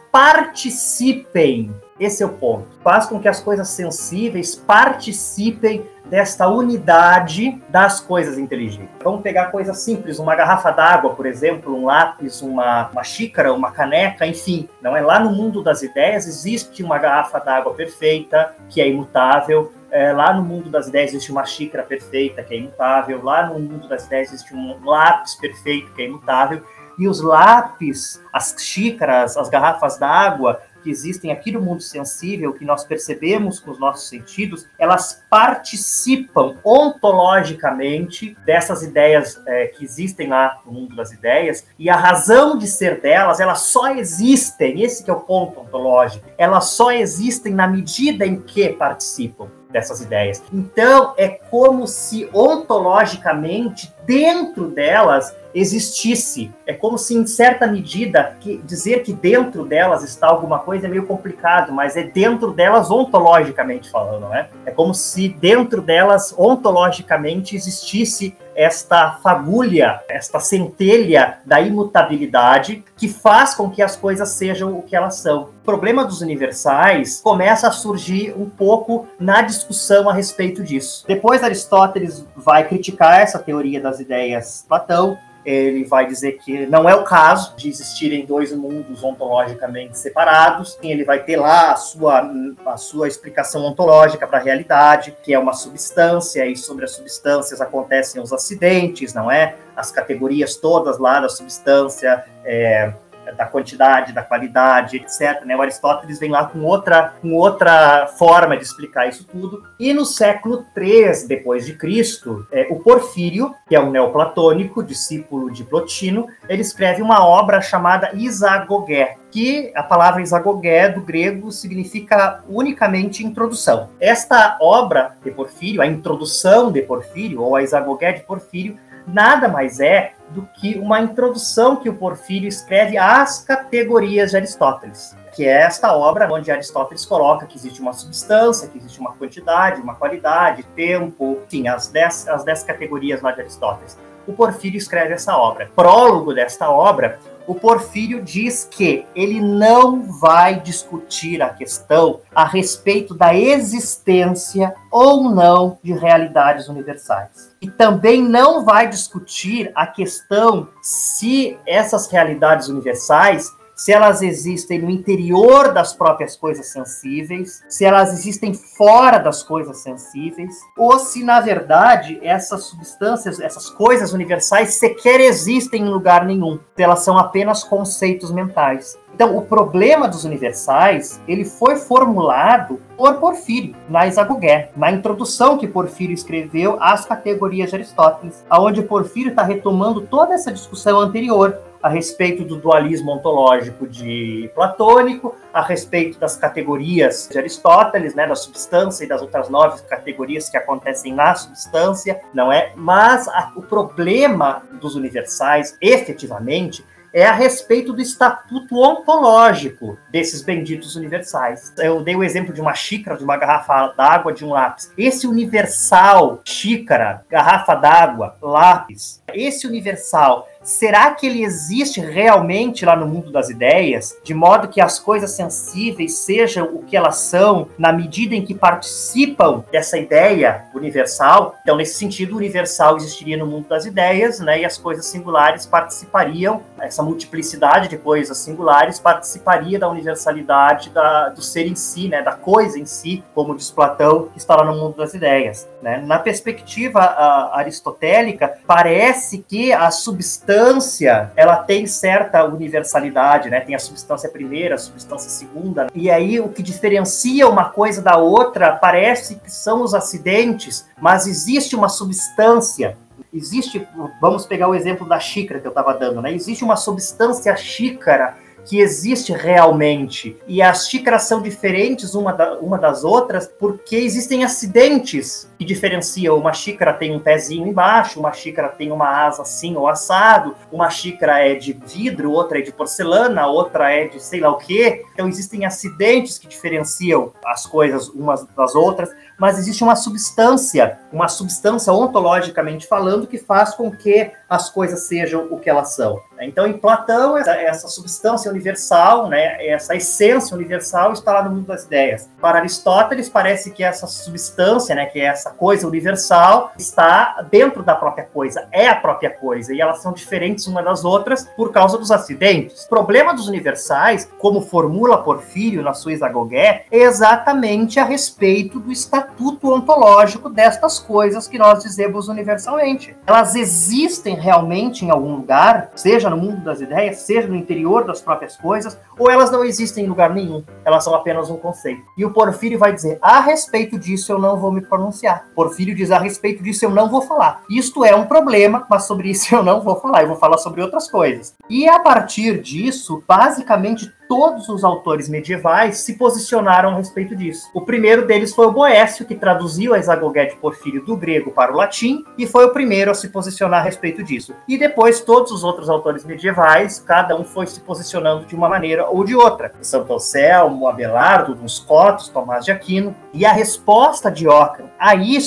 [SPEAKER 3] participem. Esse é o ponto. Faz com que as coisas sensíveis participem desta unidade das coisas inteligíveis. Vamos pegar coisas simples, uma garrafa d'água, por exemplo, um lápis, uma, uma xícara, uma caneca, enfim. Não é? Lá no mundo das ideias existe uma garrafa d'água perfeita, que é imutável. É, lá no mundo das ideias existe uma xícara perfeita, que é imutável. Lá no mundo das ideias existe um lápis perfeito, que é imutável. E os lápis, as xícaras, as garrafas d'água que existem aqui no mundo sensível, que nós percebemos com os nossos sentidos, elas participam ontologicamente dessas ideias é, que existem lá no mundo das ideias, e a razão de ser delas, elas só existem, esse que é o ponto ontológico, elas só existem na medida em que participam dessas ideias. Então, é como se ontologicamente, dentro delas, existisse. É como se, em certa medida, que dizer que dentro delas está alguma coisa é meio complicado, mas é dentro delas ontologicamente falando, né? É como se dentro delas, ontologicamente, existisse esta fagulha, esta centelha da imutabilidade que faz com que as coisas sejam o que elas são. O problema dos universais começa a surgir um pouco na discussão a respeito disso. Depois Aristóteles vai criticar essa teoria das ideias de Platão. Ele vai dizer que não é o caso de existirem dois mundos ontologicamente separados. Ele vai ter lá a sua, a sua explicação ontológica para a realidade, que é uma substância, e sobre as substâncias acontecem os acidentes, não é? As categorias todas lá da substância, é, da quantidade, da qualidade, etcétera. Né? O Aristóteles vem lá com outra, com outra forma de explicar isso tudo. E no século três depois de Cristo, é, o Porfírio, que é um neoplatônico, discípulo de Plotino, ele escreve uma obra chamada Isagogé, que a palavra Isagogé do grego significa unicamente introdução. Esta obra de Porfírio, a introdução de Porfírio, ou a Isagogé de Porfírio, nada mais é do que uma introdução que o Porfírio escreve às categorias de Aristóteles, que é esta obra onde Aristóteles coloca que existe uma substância, que existe uma quantidade, uma qualidade, tempo, enfim, as dez, as dez categorias lá de Aristóteles. O Porfírio escreve essa obra. Prólogo desta obra, o Porfírio diz que ele não vai discutir a questão a respeito da existência ou não de realidades universais. E também não vai discutir a questão se essas realidades universais, se elas existem no interior das próprias coisas sensíveis, se elas existem fora das coisas sensíveis, ou se, na verdade, essas substâncias, essas coisas universais sequer existem em lugar nenhum, se elas são apenas conceitos mentais. Então, o problema dos universais, ele foi formulado por Porfírio, na Isagogé, na introdução que Porfírio escreveu às categorias de Aristóteles, onde Porfírio está retomando toda essa discussão anterior, a respeito do dualismo ontológico de Platônico, a respeito das categorias de Aristóteles, né, da substância e das outras nove categorias que acontecem na substância, não é? Mas a, o problema dos universais, efetivamente, é a respeito do estatuto ontológico desses benditos universais. Eu dei o exemplo de uma xícara, de uma garrafa d'água, de um lápis. Esse universal, xícara, garrafa d'água, lápis, esse universal, será que ele existe realmente lá no mundo das ideias, de modo que as coisas sensíveis sejam o que elas são, na medida em que participam dessa ideia universal? Então, nesse sentido, o universal existiria no mundo das ideias, né, e as coisas singulares participariam, essa multiplicidade de coisas singulares participaria da universalidade da, do ser em si, né, da coisa em si, como diz Platão, que está lá no mundo das ideias. Né? Na perspectiva a, aristotélica, parece que a substância ela tem certa universalidade, né? Tem a substância primeira, a substância segunda, e aí o que diferencia uma coisa da outra parece que são os acidentes, mas existe uma substância. Existe, vamos pegar o exemplo da xícara que eu estava dando, né? Existe uma substância xícara que existe realmente. E as xícaras são diferentes uma, da, uma das outras porque existem acidentes que diferenciam. Uma xícara tem um pezinho embaixo, uma xícara tem uma asa assim ou assado, uma xícara é de vidro, outra é de porcelana, outra é de sei lá o quê. Então existem acidentes que diferenciam as coisas umas das outras, mas existe uma substância, uma substância ontologicamente falando que faz com que as coisas sejam o que elas são. Então, em Platão, essa, essa substância universal, né, essa essência universal está lá no mundo das ideias. Para Aristóteles, parece que essa substância, né, que é essa coisa universal, está dentro da própria coisa, é a própria coisa, e elas são diferentes uma das outras por causa dos acidentes. O problema dos universais, como formula Porfírio na sua Isagogé, é exatamente a respeito do estatuto ontológico destas coisas que nós dizemos universalmente. Elas existem realmente em algum lugar, seja no mundo das ideias, seja no interior das próprias coisas, ou elas não existem em lugar nenhum, elas são apenas um conceito. E o Porfírio vai dizer, a respeito disso eu não vou me pronunciar. Porfírio diz, a respeito disso eu não vou falar. Isto é um problema, mas sobre isso eu não vou falar, eu vou falar sobre outras coisas. E a partir disso, basicamente todos os autores medievais se posicionaram a respeito disso. O primeiro deles foi o Boécio, que traduziu a Isagogé de Porfírio do grego para o latim, e foi o primeiro a se posicionar a respeito disso. E depois todos os outros autores medievais, cada um foi se posicionando de uma maneira ou de outra. Santo Anselmo, Abelardo, Duns Scotus, Tomás de Aquino. E a resposta de Ockham a isso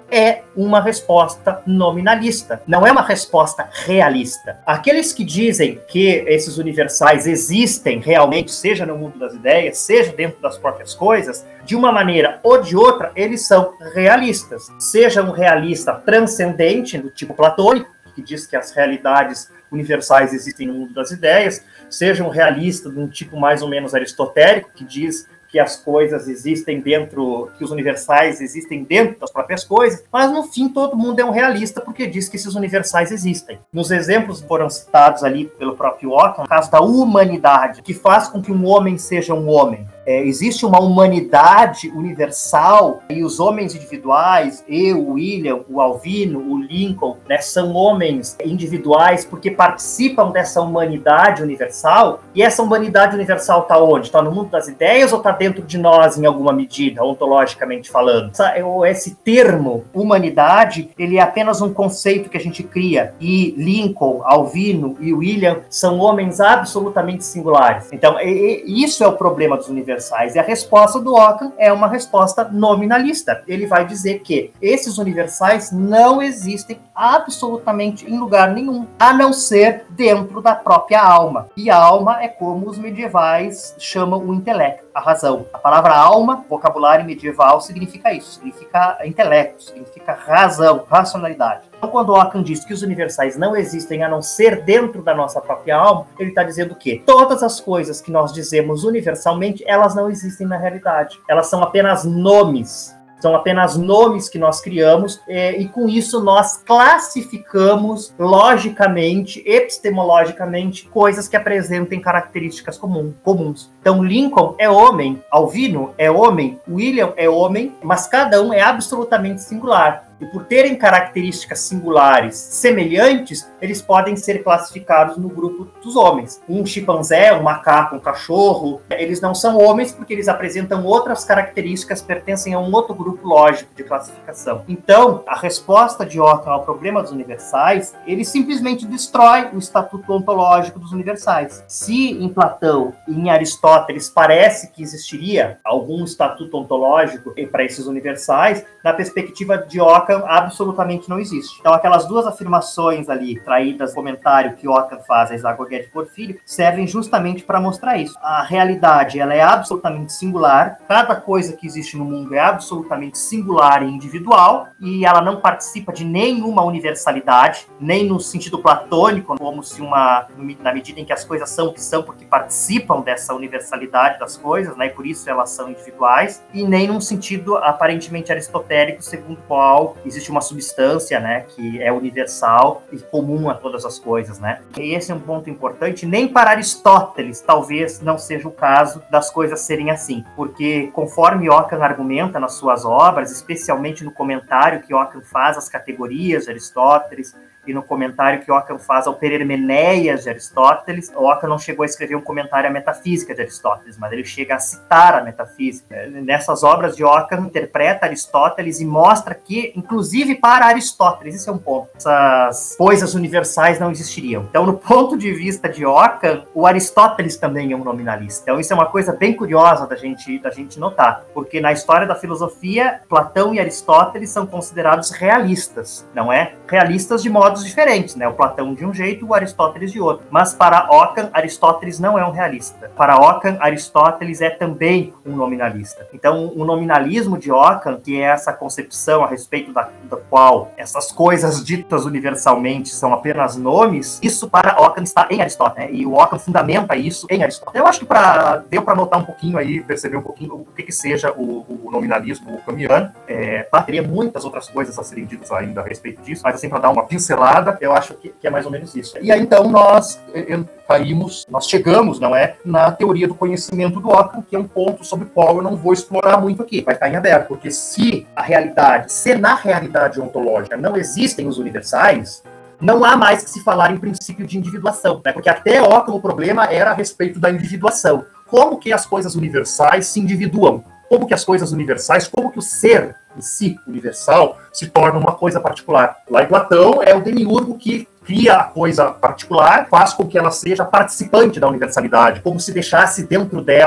[SPEAKER 3] é uma resposta nominalista, não é uma resposta realista. Aqueles que dizem que esses universais existem realmente, seja no mundo das ideias, seja dentro das próprias coisas, de uma maneira ou de outra, eles são realistas. Seja um realista transcendente, do tipo platônico, que diz que as realidades universais existem no mundo das ideias, seja um realista de um tipo mais ou menos aristotélico, que diz que as coisas existem dentro, que os universais existem dentro das próprias coisas, mas no fim todo mundo é um realista porque diz que esses universais existem. Nos exemplos que foram citados ali pelo próprio Ockham, o caso da humanidade, que faz com que um homem seja um homem. É, existe uma humanidade universal e os homens individuais, eu, o William, o Alvino, o Lincoln, né, são homens individuais porque participam dessa humanidade universal, e essa humanidade universal está onde? Está no mundo das ideias ou está dentro de nós em alguma medida, ontologicamente falando? Esse termo, humanidade, ele é apenas um conceito que a gente cria, e Lincoln, Alvino e William são homens absolutamente singulares. Então, isso é o problema dos universais. E a resposta do Ockham é uma resposta nominalista. Ele vai dizer que esses universais não existem absolutamente em lugar nenhum, a não ser dentro da própria alma. E a alma é como os medievais chamam o intelecto, a razão. A palavra alma, vocabulário medieval, significa isso, significa intelecto, significa razão, racionalidade. Então, quando Ockham diz que os universais não existem a não ser dentro da nossa própria alma, ele está dizendo que todas as coisas que nós dizemos universalmente, elas não existem na realidade. Elas são apenas nomes. São apenas nomes que nós criamos e, e com isso nós classificamos logicamente, epistemologicamente, coisas que apresentem características comum, comuns. Então, Lincoln é homem, Alvino é homem, William é homem, mas cada um é absolutamente singular. E por terem características singulares semelhantes, eles podem ser classificados no grupo dos homens. Um chimpanzé, um macaco, um cachorro, eles não são homens porque eles apresentam outras características, pertencem a um outro grupo lógico de classificação. Então, a resposta de Ockham ao problema dos universais, ele simplesmente destrói o estatuto ontológico dos universais. Se em Platão e em Aristóteles parece que existiria algum estatuto ontológico para esses universais, na perspectiva de Ockham, absolutamente não existe. Então, aquelas duas afirmações ali, traídas no comentário que Ockham faz a Isagoguete de Porfírio, servem justamente para mostrar isso. A realidade, ela é absolutamente singular, cada coisa que existe no mundo é absolutamente singular e individual, e ela não participa de nenhuma universalidade, nem no sentido platônico, como se uma, na medida em que as coisas são o que são, porque participam dessa universalidade das coisas, né, e por isso elas são individuais, e nem num sentido aparentemente aristotélico, segundo o qual existe uma substância, né, que é universal e comum a todas as coisas, né? E esse é um ponto importante. Nem para Aristóteles, talvez não seja o caso das coisas serem assim, porque conforme Ockham argumenta nas suas obras, especialmente no comentário que Ockham faz às categorias de Aristóteles, e no comentário que Ockham faz ao Perermeneias de Aristóteles, Ockham não chegou a escrever um comentário à metafísica de Aristóteles, mas ele chega a citar a metafísica. Nessas obras de Ockham, interpreta Aristóteles e mostra que, inclusive para Aristóteles, esse é um ponto, essas coisas universais não existiriam. Então, no ponto de vista de Ockham, o Aristóteles também é um nominalista. Então, isso é uma coisa bem curiosa da gente, da gente notar, porque na história da filosofia, Platão e Aristóteles são considerados realistas, não é? Realistas de modos diferentes, né? O Platão de um jeito, o Aristóteles de outro. Mas para Ockham, Aristóteles não é um realista. Para Ockham, Aristóteles é também um nominalista. Então, o nominalismo de Ockham, que é essa concepção a respeito da, da qual essas coisas ditas universalmente são apenas nomes, isso para Ockham está em Aristóteles, né? E o Ockham fundamenta isso em Aristóteles. Eu acho que pra, deu para notar um pouquinho aí, perceber um pouquinho o que, que seja o, o nominalismo occamiano. É, tá, teria muitas outras coisas a serem ditas ainda a respeito disso, mas assim, para dar uma pincelada, eu acho que, que é mais ou menos isso. E aí, então, nós caímos, nós chegamos, não é, na teoria do conhecimento do Ockham, que é um ponto sobre o qual eu não vou explorar muito aqui, vai estar em aberto, porque se a realidade, se na realidade ontológica não existem os universais, não há mais que se falar em princípio de individuação, né? Porque até Ockham o problema era a respeito da individuação. Como que as coisas universais se individuam? Como que as coisas universais, como que o ser em si, universal, se torna uma coisa particular? Lá em Platão é o demiurgo que cria a coisa particular, faz com que ela seja participante da universalidade, como se deixasse dentro dela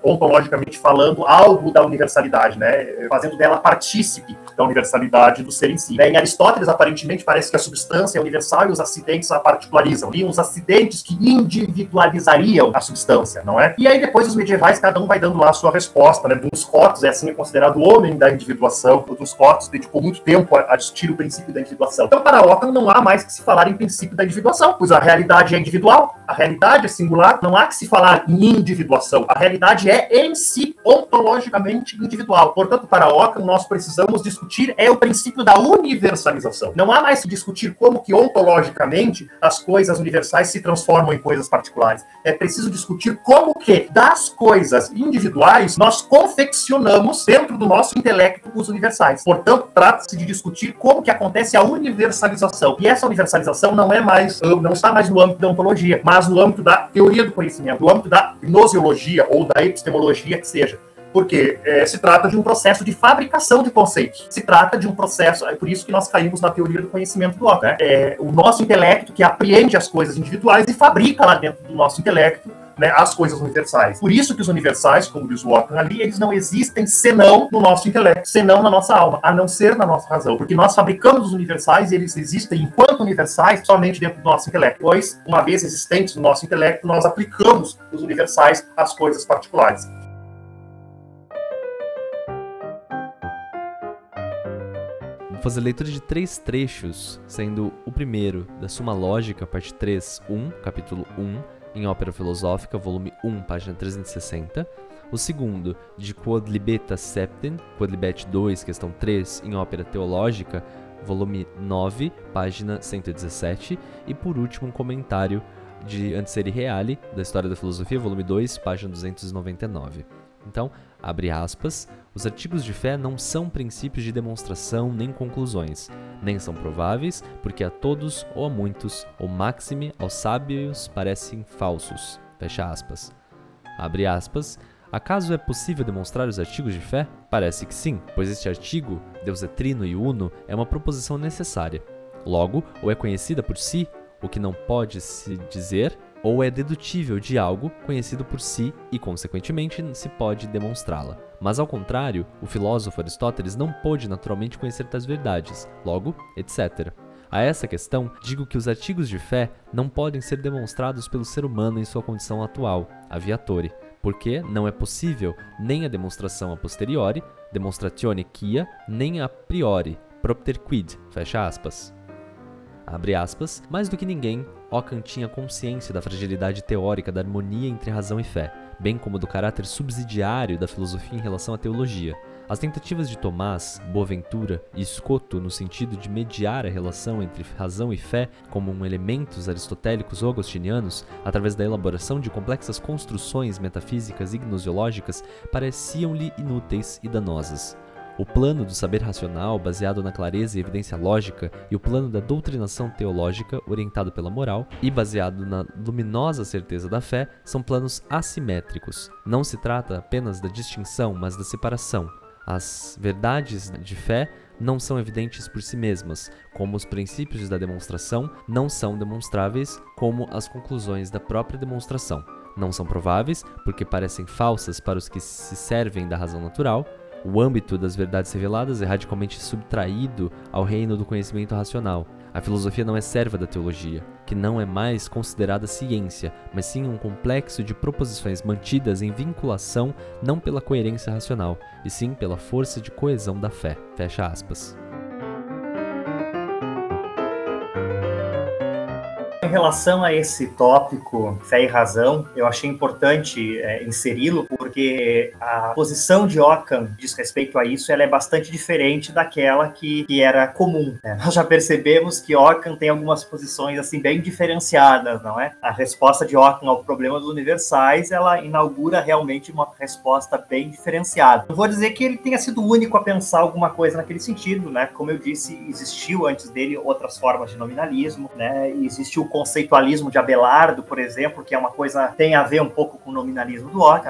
[SPEAKER 3] ontologicamente falando, algo da universalidade, né? Fazendo dela partícipe da universalidade do ser em si. Em Aristóteles, aparentemente, parece que a substância é universal e os acidentes a particularizam. E uns acidentes que individualizariam a substância, não é? E aí depois os medievais, cada um vai dando lá a sua resposta, né? Dos Scotus é assim é considerado o homem da individuação, o dos Scotus dedicou muito tempo a, a discutir o princípio da individuação. Então, para Ockham, não há mais que se falar em princípio da individuação, pois a realidade é individual, a realidade é singular, não há que se falar em individuação. A realidade é, em si, ontologicamente individual. Portanto, para Ockham, nós precisamos discutir é o princípio da universalização. Não há mais que discutir como que, ontologicamente, as coisas universais se transformam em coisas particulares. É preciso discutir como que, das coisas individuais, nós confeccionamos, dentro do nosso intelecto, os universais. Portanto, trata-se de discutir como que acontece a universalização. E essa universalização não é mais, não está mais no âmbito da ontologia, mas no âmbito da teoria do conhecimento, no âmbito da gnosiologia ou da epistemologia, que seja. Porque é, se trata de um processo de fabricação de conceitos. Se trata de um processo, é por isso que nós caímos na teoria do conhecimento do Ockham, né? É o nosso intelecto que apreende as coisas individuais e fabrica lá dentro do nosso intelecto, né, as coisas universais. Por isso que os universais, como diz o Ockham ali, eles não existem senão no nosso intelecto, senão na nossa alma, a não ser na nossa razão. Porque nós fabricamos os universais e eles existem enquanto universais somente dentro do nosso intelecto. Pois, uma vez existentes no nosso intelecto, nós aplicamos os universais às coisas particulares.
[SPEAKER 1] Vou fazer leitura de três trechos, sendo o primeiro da Suma Lógica, parte três, um, capítulo um, em Ópera Filosófica, volume um, página trezentos e sessenta. O segundo, de Quod Libeta Septem, Quod Libet dois, questão três, em Ópera Teológica, volume nove, página cento e dezessete. E por último, um comentário de Anseri Reale, da História da Filosofia, volume dois, página duzentos e noventa e nove. Então, abre aspas, os artigos de fé não são princípios de demonstração nem conclusões, nem são prováveis, porque a todos ou a muitos, ou máxime aos sábios parecem falsos. Fecha aspas. Abre aspas. Acaso é possível demonstrar os artigos de fé? Parece que sim, pois este artigo, Deus é trino e uno, é uma proposição necessária. Logo, ou é conhecida por si, o que não pode se dizer, ou é dedutível de algo conhecido por si e, consequentemente, se pode demonstrá-la. Mas, ao contrário, o filósofo Aristóteles não pôde naturalmente conhecer tais verdades, logo, etcétera. A essa questão, digo que os artigos de fé não podem ser demonstrados pelo ser humano em sua condição atual, a viatori, porque não é possível nem a demonstração a posteriori, demonstratione quia, nem a priori, propter quid, fecha aspas. Abre aspas, mais do que ninguém, Ockham tinha consciência da fragilidade teórica da harmonia entre razão e fé, bem como do caráter subsidiário da filosofia em relação à teologia. As tentativas de Tomás, Boaventura e Scoto no sentido de mediar a relação entre razão e fé como um elementos aristotélicos ou agostinianos, através da elaboração de complexas construções metafísicas e gnosiológicas, pareciam-lhe inúteis e danosas. O plano do saber racional, baseado na clareza e evidência lógica, e o plano da doutrinação teológica, orientado pela moral, e baseado na luminosa certeza da fé, são planos assimétricos. Não se trata apenas da distinção, mas da separação. As verdades de fé não são evidentes por si mesmas, como os princípios da demonstração não são demonstráveis como as conclusões da própria demonstração. Não são prováveis, porque parecem falsas para os que se servem da razão natural. O âmbito das verdades reveladas é radicalmente subtraído ao reino do conhecimento racional. A filosofia não é serva da teologia, que não é mais considerada ciência, mas sim um complexo de proposições mantidas em vinculação não pela coerência racional, e sim pela força de coesão da fé. Fecha aspas.
[SPEAKER 3] Em relação a esse tópico, fé e razão, eu achei importante é, inseri-lo, porque a posição de Ockham diz respeito a isso, ela é bastante diferente daquela que, que era comum. Né? Nós já percebemos que Ockham tem algumas posições assim bem diferenciadas, não é? A resposta de Ockham ao problema dos universais, ela inaugura realmente uma resposta bem diferenciada. Não vou dizer que ele tenha sido o único a pensar alguma coisa naquele sentido, né? Como eu disse, existiu antes dele outras formas de nominalismo, né? E existiu conceitualismo de Abelardo, por exemplo, que é uma coisa tem a ver um pouco com o nominalismo do Ockham, né? Mas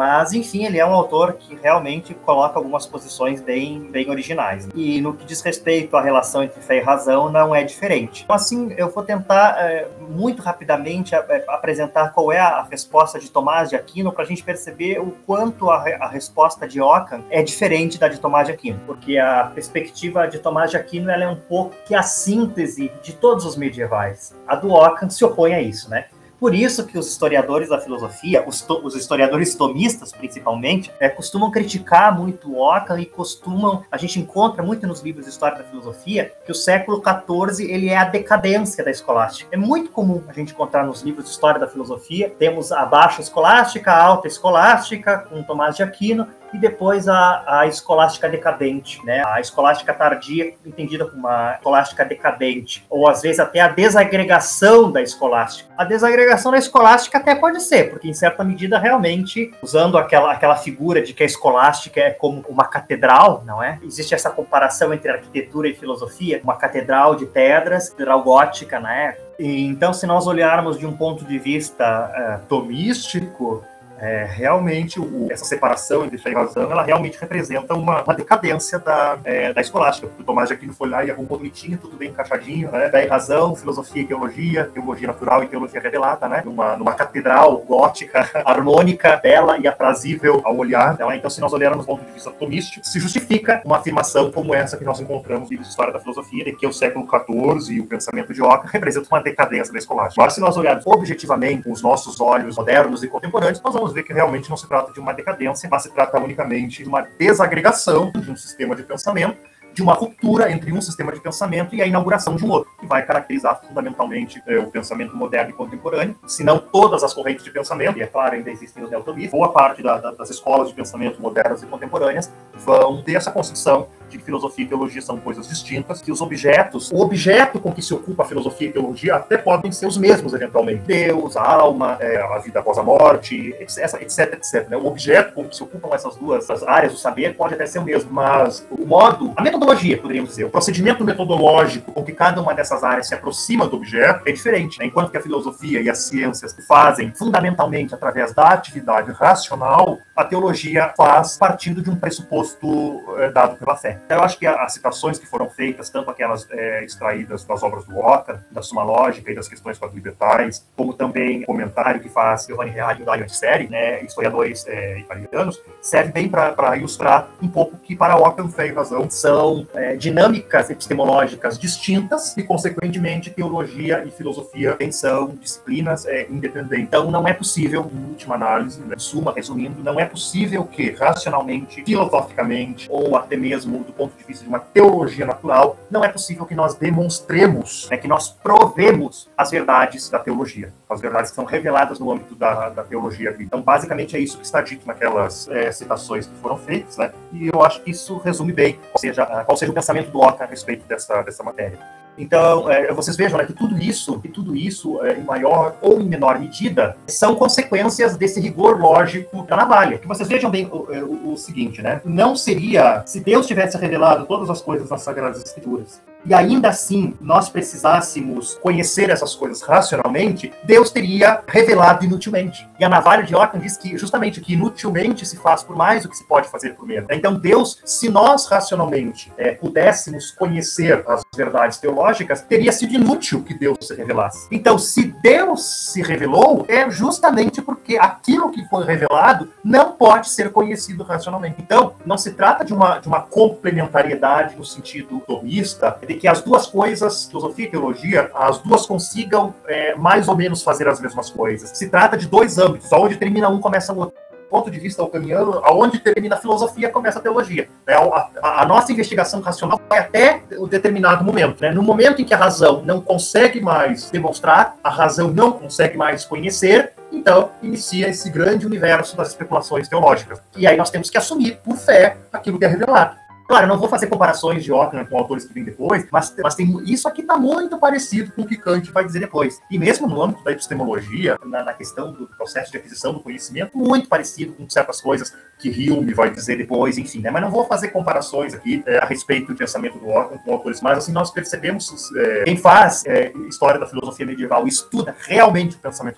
[SPEAKER 3] Mas, enfim, ele é um autor que realmente coloca algumas posições bem, bem originais. E no que diz respeito à relação entre fé e razão, não é diferente. Então, assim, eu vou tentar, é, muito rapidamente, é, apresentar qual é a resposta de Tomás de Aquino para a gente perceber o quanto a, a resposta de Ockham é diferente da de Tomás de Aquino. Porque a perspectiva de Tomás de Aquino ela é um pouco que a síntese de todos os medievais. A do Ockham se opõe a isso, né? Por isso que os historiadores da filosofia, os, to, os historiadores tomistas, principalmente, é, costumam criticar muito Ockham e costumam, a gente encontra muito nos livros de história da filosofia, que o século quatorze ele é a decadência da escolástica. É muito comum a gente encontrar nos livros de história da filosofia, temos a baixa escolástica, a alta escolástica, com Tomás de Aquino, e depois a, a escolástica decadente, né? A escolástica tardia, entendida como uma escolástica decadente, ou às vezes até a desagregação da escolástica. A desagregação da escolástica até pode ser, porque em certa medida realmente, usando aquela, aquela figura de que a escolástica é como uma catedral, não é? Existe essa comparação entre arquitetura e filosofia, uma catedral de pedras, catedral gótica, né? E, então, se nós olharmos de um ponto de vista uh, tomístico, É, realmente, o, essa separação entre fé e razão, ela realmente representa uma, uma decadência da, é, da escolástica. O Tomás de Aquino foi lá e arrumou bonitinho, tudo bem encaixadinho, né? Fé e razão, filosofia e teologia, teologia natural e teologia revelada, né? Numa, numa catedral gótica, harmônica, bela e aprazível ao olhar. Né? Então, se nós olharmos do ponto de vista tomístico, se justifica uma afirmação como essa que nós encontramos nos livros de história da filosofia, de que o século quatorze e o pensamento de Ockham representam uma decadência da escolástica. Agora, se nós olharmos objetivamente com os nossos olhos modernos e contemporâneos, nós vamos ver que realmente não se trata de uma decadência, mas se trata unicamente de uma desagregação de um sistema de pensamento, de uma ruptura entre um sistema de pensamento e a inauguração de um outro, que vai caracterizar fundamentalmente é, o pensamento moderno e contemporâneo, se não todas as correntes de pensamento, e é claro, ainda existem os neotomistas, boa parte da, da, das escolas de pensamento modernas e contemporâneas vão ter essa concepção de que filosofia e teologia são coisas distintas, que os objetos, o objeto com que se ocupa a filosofia e teologia até podem ser os mesmos, eventualmente. Deus, a alma, é, a vida após a morte, etc, etc, etc. Né? O objeto com que se ocupam essas duas as áreas do saber pode até ser o mesmo, mas o modo, a metodologia, poderíamos dizer, o procedimento metodológico com que cada uma dessas áreas se aproxima do objeto é diferente. Né? Enquanto que a filosofia e as ciências fazem fundamentalmente através da atividade racional, a teologia faz partindo de um pressuposto é, dado pela fé. Eu acho que as citações que foram feitas, tanto aquelas é, extraídas das obras do Ockham, da Suma Lógica e das questões quadrivetais, como também o comentário que faz Giovanni Reale e o Dario Antiseri, né, historiadores é, italianos, serve bem para ilustrar um pouco que para Ockham, fé e razão são é, dinâmicas epistemológicas distintas e, consequentemente, teologia e filosofia são disciplinas é, independentes. Então, não é possível, em última análise, né, em suma, resumindo, não é possível que, racionalmente, filosoficamente, ou até mesmo do ponto de vista de uma teologia natural, não é possível que nós demonstremos, né, que nós provemos as verdades da teologia, as verdades que são reveladas no âmbito da, da teologia grega. Então, basicamente, é isso que está dito naquelas é, citações que foram feitas, né, e eu acho que isso resume bem, ou seja, qual seja o pensamento do Ockham a respeito dessa, dessa matéria. Então, é, vocês vejam, né, que tudo isso, que tudo isso é, em maior ou em menor medida, são consequências desse rigor lógico da navalha. Que vocês vejam bem o, o, o seguinte, né? Não seria, se Deus tivesse revelado todas as coisas nas Sagradas Escrituras, e ainda assim nós precisássemos conhecer essas coisas racionalmente, Deus teria revelado inutilmente. E a navalha de Ockham diz que justamente que inutilmente se faz por mais do que se pode fazer por menos. Então Deus, se nós racionalmente é, pudéssemos conhecer as verdades teológicas, teria sido inútil que Deus se revelasse. Então, se Deus se revelou, é justamente porque aquilo que foi revelado não pode ser conhecido racionalmente. Então, não se trata de uma, de uma complementariedade no sentido tomista, de que as duas coisas, filosofia e teologia, as duas consigam é, mais ou menos fazer as mesmas coisas. Se trata de dois âmbitos, onde termina um, começa o outro. Do ponto de vista ockhamiano, aonde termina a filosofia, começa a teologia. Né? A, a, a nossa investigação racional vai até um determinado momento. Né? No momento em que a razão não consegue mais demonstrar, a razão não consegue mais conhecer, então inicia esse grande universo das especulações teológicas. E aí nós temos que assumir, por fé, aquilo que é revelado. Claro, eu não vou fazer comparações de Ockham com autores que vêm depois, mas, mas tem, isso aqui está muito parecido com o que Kant vai dizer depois. E mesmo no âmbito da epistemologia, na, na questão do processo de aquisição do conhecimento, muito parecido com certas coisas que Hume vai dizer depois, enfim. Né? Mas não vou fazer comparações aqui é, a respeito do pensamento do Ockham com autores. Mas assim, nós percebemos, é, quem faz é, história da filosofia medieval, estuda realmente o pensamento do Ockham,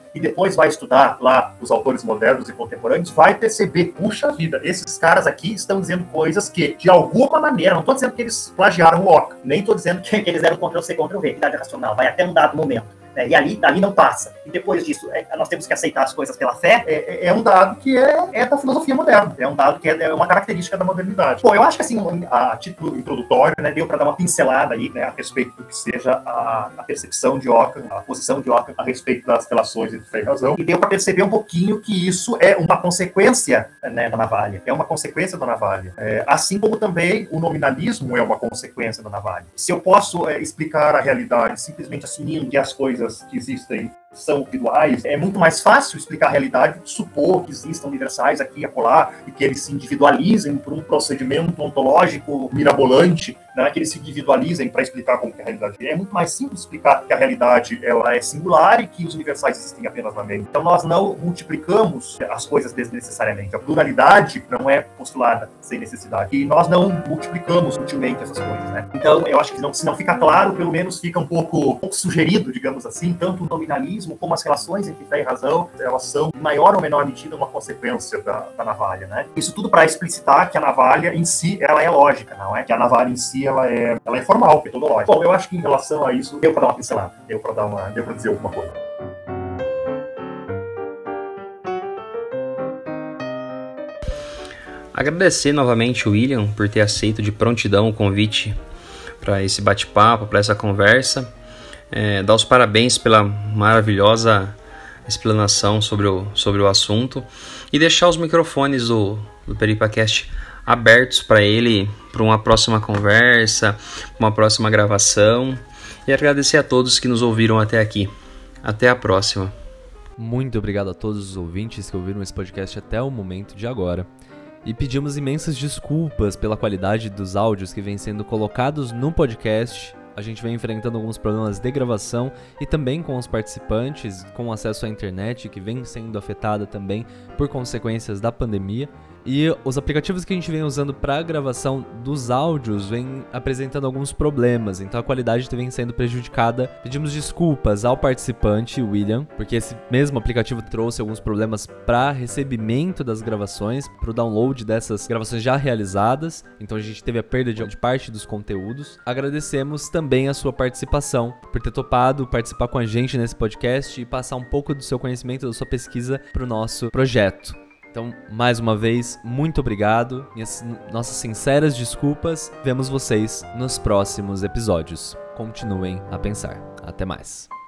[SPEAKER 3] e depois vai estudar lá os autores modernos e contemporâneos, vai perceber, puxa vida, esses caras aqui estão dizendo coisas que, de alguma maneira, não estou dizendo que eles plagiaram o Ockham, nem estou dizendo que, que eles eram Ctrl-C, Ctrl-V, idade racional, vai até um dado momento. É, e ali, ali não passa. E depois disso, é, nós temos que aceitar as coisas pela fé. É, é um dado que é, é da filosofia moderna. É um dado que é, é uma característica da modernidade. Bom, eu acho que assim, a título introdutório, né, deu para dar uma pincelada aí, né, a respeito do que seja a, a percepção de Ockham, a posição de Ockham a respeito das relações entre fé e razão. E deu para perceber um pouquinho que isso é uma consequência, né, da navalha. É uma consequência da navalha. É, assim como também o nominalismo é uma consequência da navalha. Se eu posso é, explicar a realidade simplesmente assumindo que as coisas que existem são individuais, é muito mais fácil explicar a realidade do que supor que existam universais aqui e acolá e que eles se individualizem por um procedimento ontológico mirabolante, né, que eles se individualizem para explicar como que a realidade é. É muito mais simples explicar que a realidade ela é singular e que os universais existem apenas na mente. Então nós não multiplicamos as coisas desnecessariamente. A pluralidade não é postulada sem necessidade. E nós não multiplicamos sutilmente essas coisas, né? Então eu acho que não, se não fica claro, pelo menos fica um pouco, um pouco sugerido, digamos assim, tanto o nominalismo como as relações entre fé e razão, elas são, em maior ou menor medida, uma consequência da, da navalha, né? Isso tudo para explicitar que a navalha em si, ela é lógica, não é? Que a navalha em si, ela é, ela é formal, metodológica. Bom, eu acho que em relação a isso, deu para dar uma pincelada, deu para dar uma, deu para dizer alguma coisa.
[SPEAKER 2] Agradecer novamente o William por ter aceito de prontidão o convite para esse bate-papo, para essa conversa. É, dar os parabéns pela maravilhosa explanação sobre o, sobre o assunto e deixar os microfones do, do PeripaCast abertos para ele, para uma próxima conversa, uma próxima gravação, e agradecer a todos que nos ouviram até aqui. Até a próxima.
[SPEAKER 1] Muito obrigado a todos os ouvintes que ouviram esse podcast até o momento de agora. E pedimos imensas desculpas pela qualidade dos áudios que vêm sendo colocados no podcast. A gente vem enfrentando alguns problemas de gravação e também com os participantes, com acesso à internet, que vem sendo afetada também por consequências da pandemia. E os aplicativos que a gente vem usando para gravação dos áudios vem apresentando alguns problemas, então a qualidade vem sendo prejudicada. Pedimos desculpas ao participante, William, porque esse mesmo aplicativo trouxe alguns problemas para recebimento das gravações, para o download dessas gravações já realizadas, então a gente teve a perda de parte dos conteúdos. Agradecemos também a sua participação, por ter topado participar com a gente nesse podcast e passar um pouco do seu conhecimento, da sua pesquisa para o nosso projeto. Então, mais uma vez, muito obrigado. Minhas, nossas sinceras desculpas. Vemos vocês nos próximos episódios. Continuem a pensar. Até mais.